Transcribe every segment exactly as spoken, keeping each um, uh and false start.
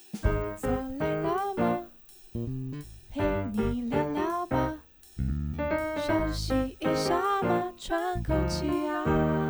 坐累了吗？陪你聊聊吧，休息一下嘛，喘口气啊。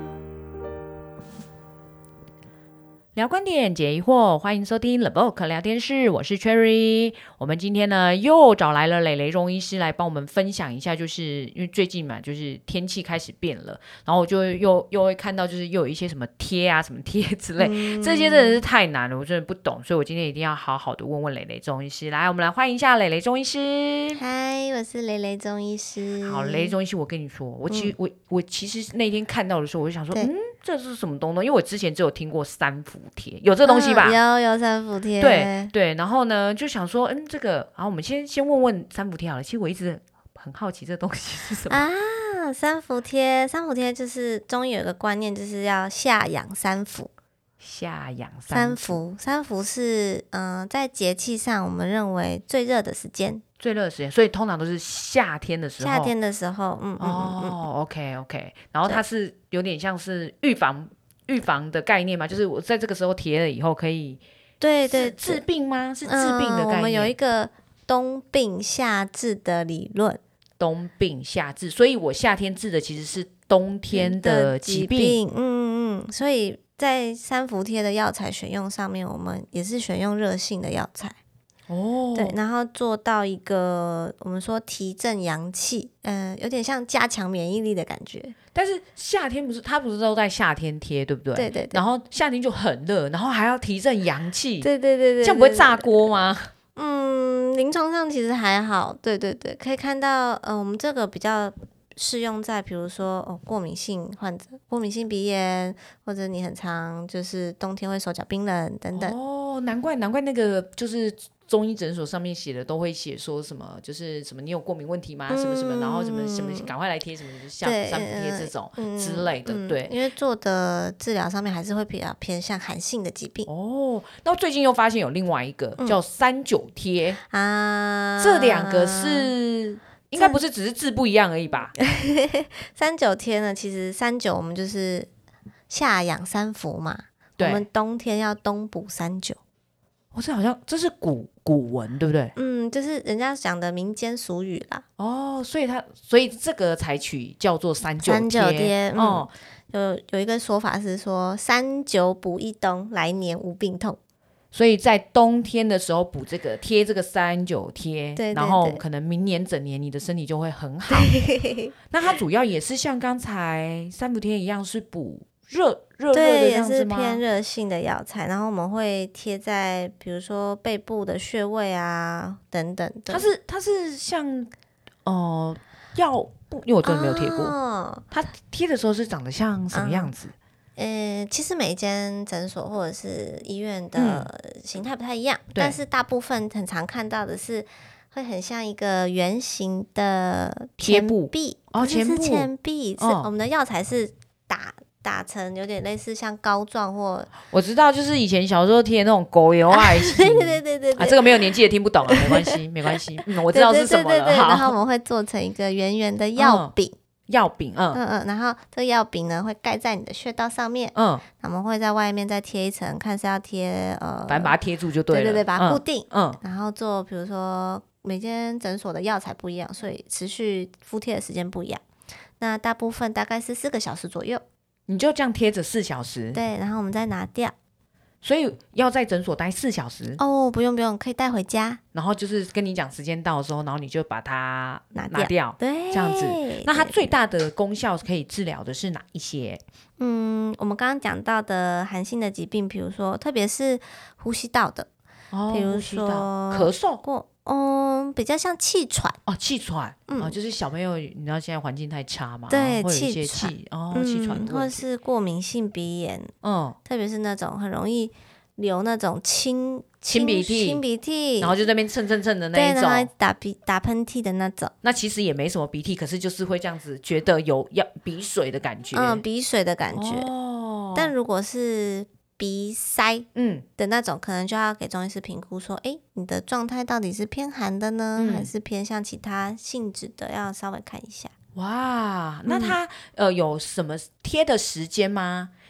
聊观点，解疑惑，欢迎收听 The Book 聊天室，我是 Cherry。我们今天呢又找来了蕾蕾中医师来帮我们分享一下，就是因为最近嘛，就是天气开始变了，然后我就又又会看到，就是又有一些什么贴啊、什么贴之类，嗯、这些真的是太难了，我真的不懂，所以我今天一定要好好的问问蕾蕾中医师。来，我们来欢迎一下蕾蕾中医师。 嗨，我是蕾蕾中医师。 好，蕾蕾中医师，我跟你说，我其实、嗯、我我其实那天看到的时候，我就想说，嗯。这是什么东东？因为我之前只有听过三伏贴，有这东西吧？ 嗯、有有三伏贴。 对对，然后呢，就想说，嗯，这个，然后我们先先问问三伏贴好了。其实我一直很好奇，这东西是什么啊？三伏贴，三伏贴就是中医有一个观念，就是要下养三伏。 下养三伏，三伏是嗯、呃，在节气上我们认为最热的时间。 最热的时间，所以通常都是夏天的时候。 夏天的时候，嗯嗯哦嗯 ，OK OK， 然后它是有点像是预防预防的概念嘛，就是我在这个时候贴了以后可以， 对对治病吗？是治病的概念、 嗯。我们有一个冬病夏治的理论， 冬病夏治，所以我夏天治的其实是冬天的疾病。 疾病嗯嗯，所以在三伏贴的药材选用上面，我们也是选用热性的药材。哦，对，然后做到一个我们说提振阳气，嗯、呃，有点像加强免疫力的感觉。 但是夏天不是，它不是都在夏天贴，对不对？ 对对对。 然后夏天就很热，然后还要提振阳气。 对对对 对, 对， 这样不会炸锅吗？ 嗯，临床上其实还好。对对对，可以看到，呃，我们这个比较适用在比如说哦过敏性患者，过敏性鼻炎，或者你很常就是冬天会手脚冰冷等等。 哦，难怪难怪那个就是中医诊所上面写的都会写说什么，就是什么你有过敏问题吗？嗯、什么什么，然后什么什么赶快来贴什么像三伏贴这种、嗯、之类的、嗯，对， 因为做的治疗上面还是会比较偏向寒性的疾病。 哦，那最近又发现有另外一个、嗯、叫三九贴啊，这两个是。应该不是只是字不一样而已吧？ 三九贴呢，其实三九我们就是夏养三伏嘛，我们冬天要冬补三九。 哦，这好像这是古古文对不对？ 嗯，就是人家讲的民间俗语啦。 哦，所以它所以这个采取叫做三九贴。 三九贴，哦、嗯，有有一个说法是说三九补一冬，来年无病痛。 所以在冬天的时候补这个贴这个三九贴，对对对，然后可能明年整年你的身体就会很好。那它主要也是像刚才三伏贴一样是补热热热的样子吗？ 对，也是偏热性的药材，然后我们会贴在比如说背部的穴位啊等等的。 它是它是像呃药布，因为我真的没有贴过、哦、它贴的时候是长得像什么样子？嗯呃，其实每一间诊所或者是医院的形态不太一样、嗯、但是大部分很常看到的是会很像一个圆形的钱币哦，钱是钱币、哦、是我们的药材是打打成有点类似像膏状或我知道，就是以前小时候贴的那种狗油爱心， 对对对对对啊，这个没有年纪也听不懂啊，没关系没关系，嗯，我知道是什么了。 对对对对对，然后我们会做成一个圆圆的药饼。嗯药饼，嗯嗯嗯，然后这个药饼呢会盖在你的穴道上面，嗯，我们会在外面再贴一层，看是要贴呃， 反正把它贴住就对了， 对对对，把它固定， 嗯，嗯然后做比如说每间诊所的药材不一样，所以持续敷贴的时间不一样，那大部分大概是四个小时左右， 你就这样贴着四小时， 对，然后我们再拿掉。 所以要在诊所待四小时哦，不用不用，可以带回家。 然后就是跟你讲时间到的时候，然后你就把它拿 掉, 拿掉对， 这样子。那它最大的功效可以治疗的是哪一些？ 嗯，我们刚刚讲到的寒性的疾病，比如说特别是呼吸道的， 哦， 比如说咳嗽过。嗯，比较像气喘哦，气喘，嗯、哦，就是小朋友，你知道现在环境太差嘛， 对， 会有一些气，哦， 嗯、 气喘， 或是过敏性鼻炎，嗯，特别是那种很容易流那种清清鼻涕， 清鼻涕， 然后就在那边蹭蹭蹭的那一种， 对，然后打鼻打喷嚏的那种。 那其实也没什么鼻涕，可是就是会这样子，觉得有要鼻水的感觉， 嗯，鼻水的感觉。哦，但如果是鼻塞嗯的那种，可能就要给中医师评估说，哎，你的状态到底是偏寒的呢、嗯、还是偏向其他性质的，要稍微看一下。 哇，那它、嗯、呃有什么贴的时间吗？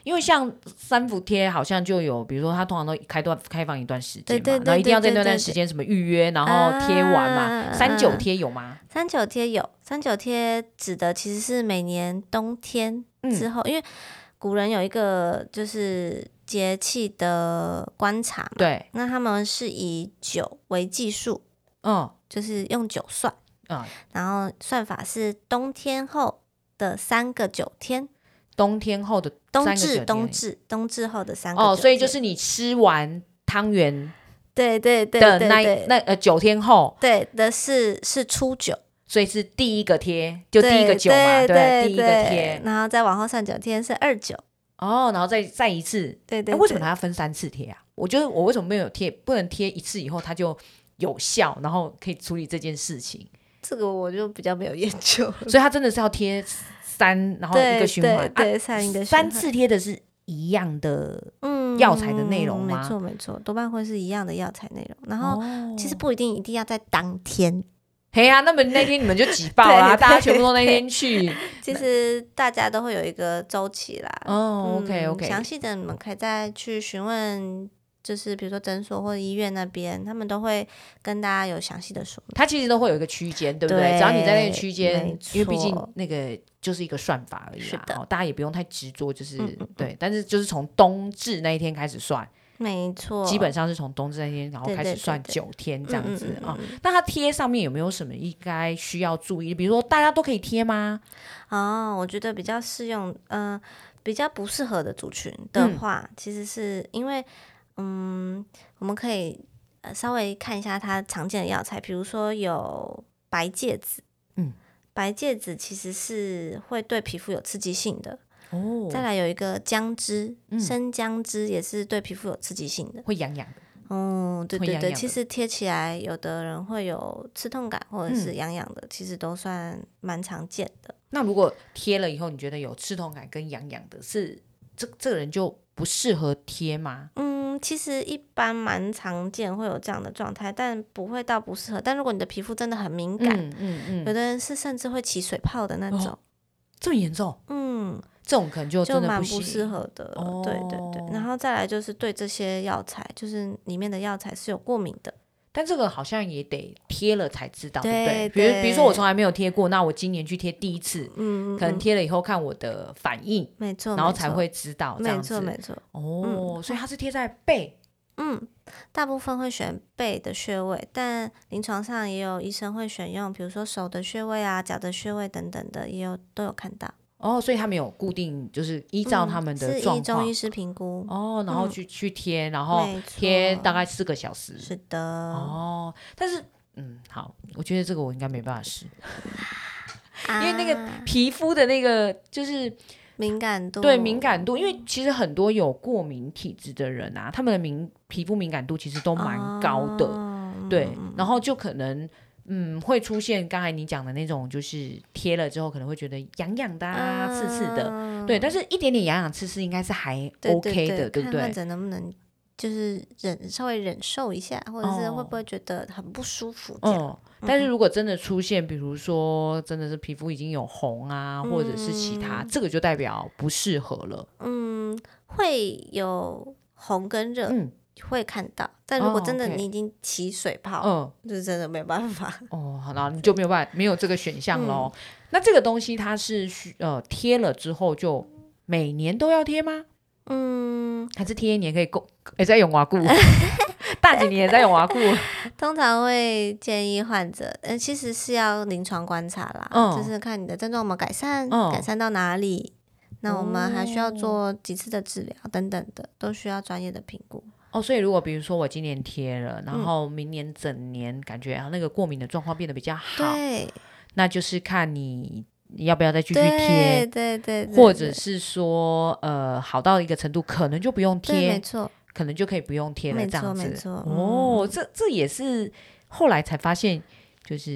因为像三伏贴好像就有，比如说它通常都开段开放一段时间嘛， 对对对对然后一定要在那对对对段时间什么预约，然后贴完嘛。 啊三九贴有吗？ 三九贴有，三九贴指的其实是每年冬天之后，因为古人有一个就是节气的观察嘛， 对， 那他们是以九为计数， 嗯， 就是用九算， 嗯， 然后算法是冬天后的三个九天， 冬天后的冬三个九天至冬至冬至后的三个九天， 哦，所以就是你吃完汤圆对对对的那对对那呃九天后， 对的是是初九， 所以是第一个贴，就第一个九嘛， 对对第一个贴， 然后再往后算九天是二九， 哦，然后再再一次， 对对对， 为什么它要分三次贴啊？我觉得我为什么没有贴，不能贴一次以后它就有效，然后可以处理这件事情？ 这个我就比较没有研究， 所以它真的是要贴三，然后一个循环， 对对，三一个三次贴的是一样的嗯药材的内容吗？ 没错没错，多半会是一样的药材内容，然后其实不一定一定要在当天。 嘿呀、啊，那么那天你们就挤爆啦，大家全部都那天去。 其实大家都会有一个周期啦。 哦、嗯、，OK OK， 详细的你们可以再去询问，就是比如说诊所或者医院那边，他们都会跟大家有详细的说明。 它其实都会有一个区间，对不对？ 对， 只要你在那个区间，因为毕竟错那个就是一个算法而已啦， 是的哦大家也不用太执着，就是、 嗯嗯嗯对。但是就是从冬至那一天开始算， 没错， 基本上是从冬至那天，然后开始算对对对对九天这样子啊、 嗯嗯嗯嗯那它贴上面有没有什么应该需要注意？比如说大家都可以贴吗？ 哦，我觉得比较适用，嗯、呃，比较不适合的族群的话，嗯、其实是因为，嗯，我们可以呃稍微看一下它常见的药材，比如说有白芥子， 嗯， 白芥子其实是会对皮肤有刺激性的。 哦， 再来有一个姜汁， 嗯生姜汁也是对皮肤有刺激性的， 会痒痒的。 嗯，对对对， 会痒痒的其实贴起来，有的人会有刺痛感或者是痒痒的，嗯、其实都算蛮常见的。 那如果贴了以后，你觉得有刺痛感跟痒痒的，是这这个人就不适合贴吗？ 嗯，其实一般蛮常见会有这样的状态，但不会到不适合。但如果你的皮肤真的很敏感， 嗯嗯嗯， 有的人是甚至会起水泡的那种， 哦、这么严重？ 嗯。 这种可能就真的就蛮不不适合的， 哦、 对对对。然后再来就是对这些药材，就是里面的药材是有过敏的， 但这个好像也得贴了才知道， 对对不对？ 对比如比如说我从来没有贴过，那我今年去贴第一次， 嗯， 可能贴了以后看我的反应， 没错， 然后才会知道这样子， 没错没错。 哦、 嗯， 所以它是贴在背， 嗯，大部分会选背的穴位，但临床上也有医生会选用，比如说手的穴位啊、脚的穴位等等的，也有都有看到。 哦，所以他们有固定，就是依照他们的状况， 嗯、是依中医师评估哦，然后去、嗯、去贴，然后没错贴大概四个小时。 是的， 哦，但是嗯，好，我觉得这个我应该没办法试， 啊、 因为那个皮肤的那个就是敏感度， 对敏感度，因为其实很多有过敏体质的人啊，他们的敏皮肤敏感度其实都蛮高的， 哦、 对，然后就可能。嗯，会出现刚才你讲的那种，就是贴了之后可能会觉得痒痒的、啊、刺刺的，对，但是一点点痒痒刺刺应该是还 OK 的， 对, 对, 对, 对不对？ 看患者能不能就是忍稍微忍受一下，或者是会不会觉得很不舒服这样？ 哦、嗯，但是如果真的出现，比如说真的是皮肤已经有红啊，嗯、或者是其他，这个就代表不适合了。 嗯，会有红跟热。嗯，会看到，但如果真的你已经起水泡，嗯、哦，就是真的没有办法。 哦，好，那你就没有办法，没有这个选项咯、嗯、那这个东西它是呃贴了之后就每年都要贴吗？嗯，还是贴一年可以够？也在用瓦固，大几年也在用瓦固。 通常会建议患者，嗯，其实是要临床观察啦，嗯、就是看你的症状有没有改善，嗯、改善到哪里，那我们还需要做几次的治疗等等的，都需要专业的评估。 哦，所以如果比如说我今年贴了，然后明年整年感觉那个过敏的状况变得比较好， 对， 那就是看你你要不要再继续贴， 对对 对, 对， 或者是说呃好到一个程度可能就不用贴， 没错， 可能就可以不用贴了这样子， 没错没错。 哦，这这也是后来才发现，就是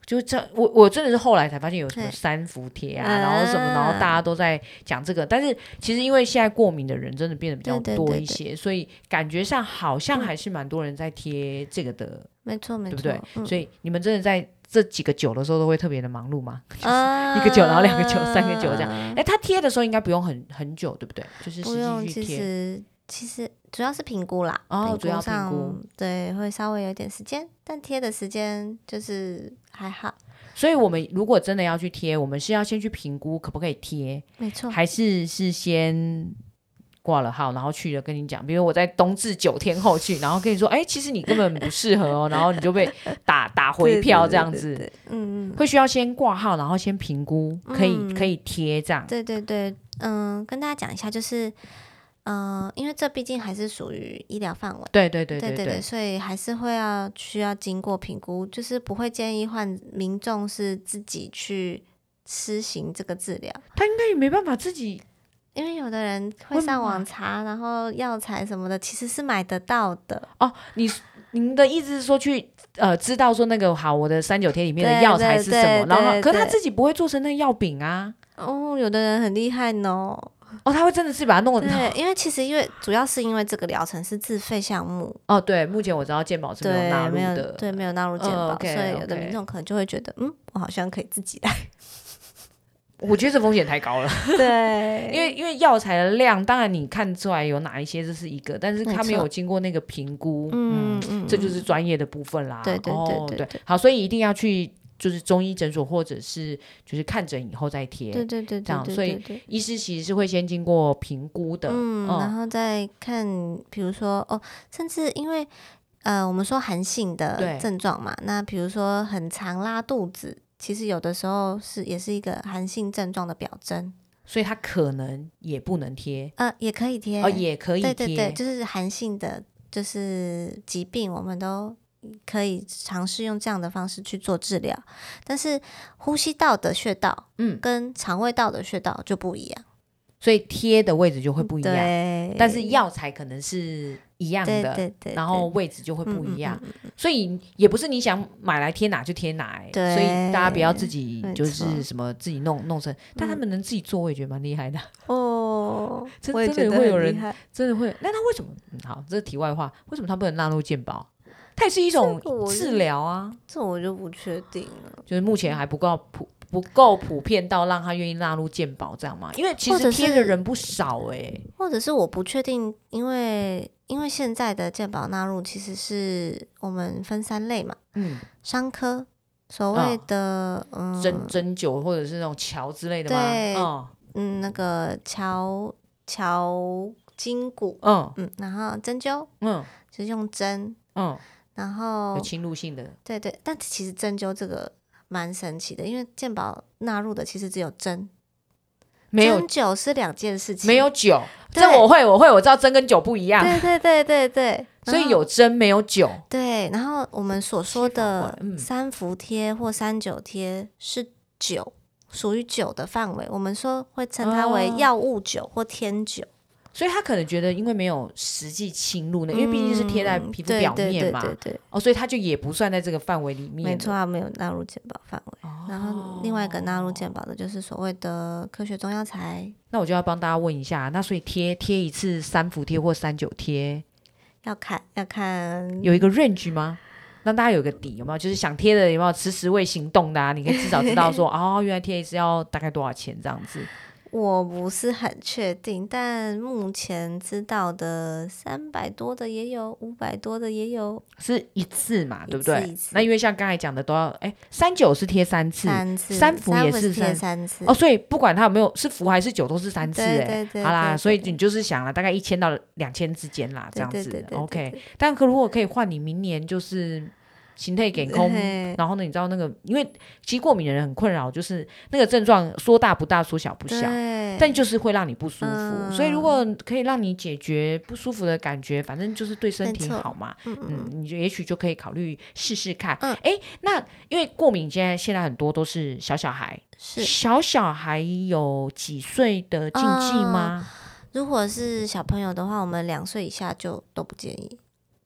就这我我真的是后来才发现有什么对三伏贴啊， 嗯然后什么，然后大家都在讲这个，但是其实因为现在过敏的人真的变得比较对对对多一些，所以感觉上好像嗯还是蛮多人在贴这个的， 没错没错， 对不对？ 嗯所以你们真的在这几个酒的时候都会特别的忙碌吗？ 啊一个酒，然后两个酒，三个酒这样。哎，他贴的时候应该不用很很久，对不对？就是实不用，其际去贴。 实其实主要是评估啦， 哦主要评上估对会稍微有点时间，但贴的时间就是还好。 所以我们如果真的要去贴，我们是要先去评估可不可以贴， 没错， 还是是先挂了号，然后去了跟你讲，比如我在冬至九天后去，然后跟你说，哎，其实你根本不适合哦，然后你就被打打回票这样子， 对对对对嗯嗯， 会需要先挂号，然后先评估可以、 嗯可以贴这样。 对对对，嗯，跟大家讲一下，就是嗯，因为这毕竟还是属于医疗范围。 对对对对对对，所以还是会要需要经过评估，就是不会建议患民众是自己去施行这个治疗， 他应该也没办法自己因为有的人会上网查，然后药材什么的其实是买得到的。 哦。你您的意思是说去呃知道说那个好，我的三九贴里面的对药材是什么， 对对然后对可是他对自己不会做成那个药饼啊。 哦，有的人很厉害呢。 哦，他会真的是把它弄对，因为其实因为主要是因为这个疗程是自费项目， 哦，对，目前我知道健保是没有对，没有纳入的， 对没有纳入健保， 嗯，OK， 所以有的 OK 民众可能就会觉得，嗯，我好像可以自己来。 我觉得这风险太高了。 对， 因为因为药材的量，当然你看出来有哪一些这是一个，但是他没有没错经过那个评估， 嗯嗯， 这就是专业的部分啦。 对对对哦对对好，所以一定要去就是中医诊所或者是就是看诊以后再贴， 对对对这样， 对所以对对。 医师其实是会先经过评估的， 嗯，然后再看，比如说哦，甚至因为呃，我们说寒性对的症状嘛，那比如说很常拉肚子，其实有的时候是也是一个寒性症状的表征， 所以他可能也不能贴， 呃，也可以贴， 哦，也可以贴， 对对对，就是寒性的，就是疾病，我们都可以尝试用这样的方式去做治疗，但是呼吸道的穴道， 嗯， 跟肠胃道的穴道就不一样， 所以贴的位置就会不一样， 对， 但是药材可能是一样的， 对对对， 然后位置就会不一样， 嗯嗯嗯嗯所以也不是你想买来贴哪就贴哪、欸， 对所以大家不要自己没就是错什么自己弄弄成，但他们能自己做，我也觉得蛮厉害的， 哦， 真我也觉得真的会有人很厉害真的会。那他为什么？嗯，好，这是题外话，为什么他不能纳入健保？它也是一种这个我就治疗啊， 这我就不确定了。 就是目前还不够普不够普遍到让他愿意纳入健保这样吗？因为其或者是实贴的人不少哎、欸， 或者是我不确定，因为因为现在的健保纳入其实是我们分三类嘛， 嗯， 伤科所谓的、嗯针针灸或者是那种桥之类的吗？ 对嗯嗯那个桥桥筋骨， 嗯嗯，然后针灸嗯就是用针， 嗯， 然后有侵入性的， 对对，但其实针灸这个蛮神奇的，因为健保纳入的其实只有针， 没有针灸是两件事情， 没有酒， 对这我会我会我知道针跟酒不一样， 对对对对对， 所以然后有针没有酒。 对，然后我们所说切法的会嗯三伏贴或三九贴是酒，属于酒的范围，我们说会称它为哦药物酒或天酒， 所以他可能觉得，因为没有实际侵入呢，因为毕竟是贴在嗯皮肤表面嘛， 对对对对对， 哦，所以他就也不算在这个范围里面。 没错，，它没有纳入健保范围。 哦然后另外一个纳入健保的就是所谓的科学中药材， 那我就要帮大家问一下，那所以贴贴一次三伏贴或三九贴， 要看要看， 有一个 range 吗？让大家有个底，有没有？就是想贴的有没有迟迟未行动的啊？你可以至少知道说，哦，原来贴一次要大概多少钱这样子。 我不是很确定，但目前知道的三百多的也有，五百多的也有， 是一次嘛，对不对一次一？次那因为像刚才讲的都要，哎，三九是贴三次， 三次， 三伏也是贴三三次哦，所以不管它有没有是伏还是酒，都是三次对哎。 对对好啦， 对所以对你就是想了大概一千到两千之间啦，这样子对对对对对 OK 对。 但可如果可以换你明年就是形态给空嘿， 然后呢，你知道那个，因为其实过敏的人很困扰，就是那个症状说大不大，说小不小。 对， 但就是会让你不舒服， 嗯所以如果可以让你解决不舒服的感觉，反正就是对身体没错好嘛， 嗯嗯，你就也许就可以考虑试试看。 嗯哎，那因为过敏现在现在很多都是小小孩， 是。 小小孩有几岁的禁忌吗？ 如果是小朋友的话，我们两岁以下就都不建议。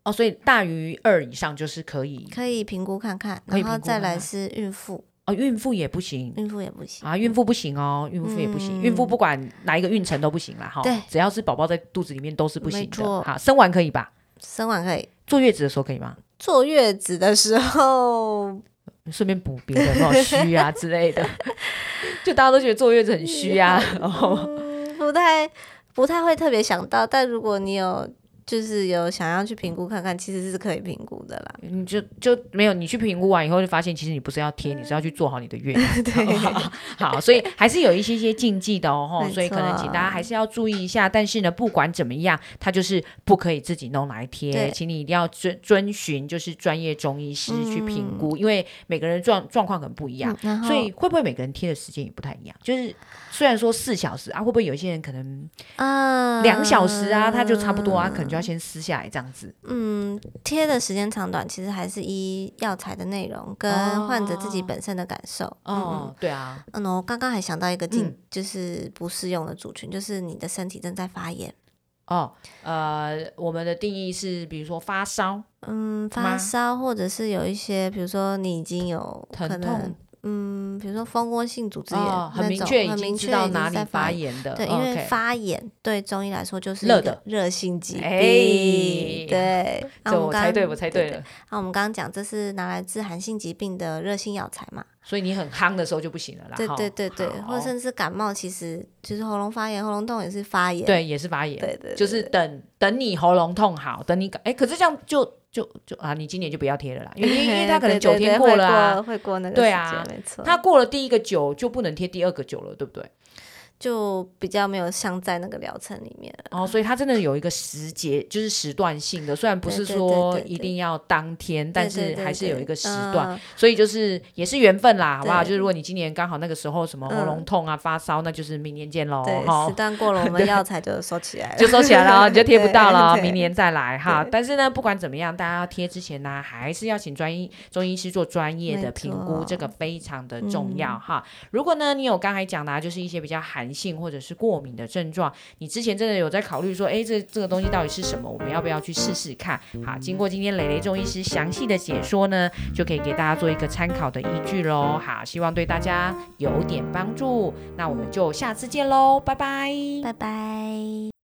哦，所以大于二以上就是可以可以评估看看，然后再来是孕妇。 哦，孕妇也不行， 孕妇也不行啊，孕妇不行哦，孕妇也不行，嗯、孕妇不管哪一个孕程都不行啦，哈， 对， 只要是宝宝在肚子里面都是不行的。好，生完可以吧？ 生完可以。 坐月子的时候可以吗？ 坐月子的时候， 顺便补别的，那种虚啊之类的，就大家都觉得坐月子很虚啊， 嗯、不太不太会特别想到，但如果你有。就是有想要去评估看看，其实是可以评估的啦。 你就就没有你去评估完以后，就发现其实你不是要贴，你是要去做好你的月子。 对， 好，所以还是有一些些禁忌的哦，所以可能请大家还是要注意一下。但是呢，不管怎么样，它就是不可以自己弄来贴，请你一定要遵遵循就是专业中医师去评估，嗯、因为每个人状状况可能不一样，嗯、所以会不会每个人贴的时间也不太一样？就是虽然说四小时啊，会不会有些人可能啊两小时啊，他就差不多啊，可能就要先撕下来这样子。 嗯，贴的时间长短其实还是依药材的内容跟患者自己本身的感受。 哦，嗯、对啊。 嗯，我刚刚还想到一个禁、嗯，就是不适用的族群，就是你的身体正在发炎。 哦，呃，我们的定义是，比如说发烧， 嗯，发烧，或者是有一些，比如说你已经有可能。 疼痛嗯，比如说蜂窝性组织炎、 哦、很明确已经知道哪里发炎的， 对，因为发炎对中医来说就是热的热性疾病， 欸、 对， 这我猜对，我猜对了。 那我们刚刚讲这是拿来治寒性疾病的热性药材嘛， 所以你很夯的时候就不行了啦。 对对对对，或者甚至感冒，其实就是喉咙发炎、喉咙痛也是发炎， 对，也是发炎， 对 对, 对， 就是等等你喉咙痛好，等你哎，可是这样就。就就啊，你今年就不要贴了啦，因为因为他可能九天过了啊， 对对对会过那个时间，对啊，没错， 他过了第一个九就不能贴第二个九了，对不对？ 就比较没有像在那个疗程里面哦，所以它真的有一个时节，就是时段性的，虽然不是说一定要当天，对对对对对，但是还是有一个时段，嗯、所以就是也是缘分啦，好不好？就是如果你今年刚好那个时候什么喉咙痛啊、嗯、发烧，那就是明年见咯。 对，时段过了，我们药材就收起来了， 就收起来了，你就贴不到了，明年再来哈。但是呢，不管怎么样，大家要贴之前呢，还是要请专医中医师做专业的评估，这个非常的重要、嗯、哈。如果呢，你有刚才讲的、啊，就是一些比较寒性或者是过敏的症状，你之前真的有在考虑说，哎，这这个东西到底是什么？我们要不要去试试看？好，经过今天蕾蕾中医师详细的解说呢，就可以给大家做一个参考的依据咯。好，希望对大家有点帮助。那我们就下次见咯，拜拜， 拜拜。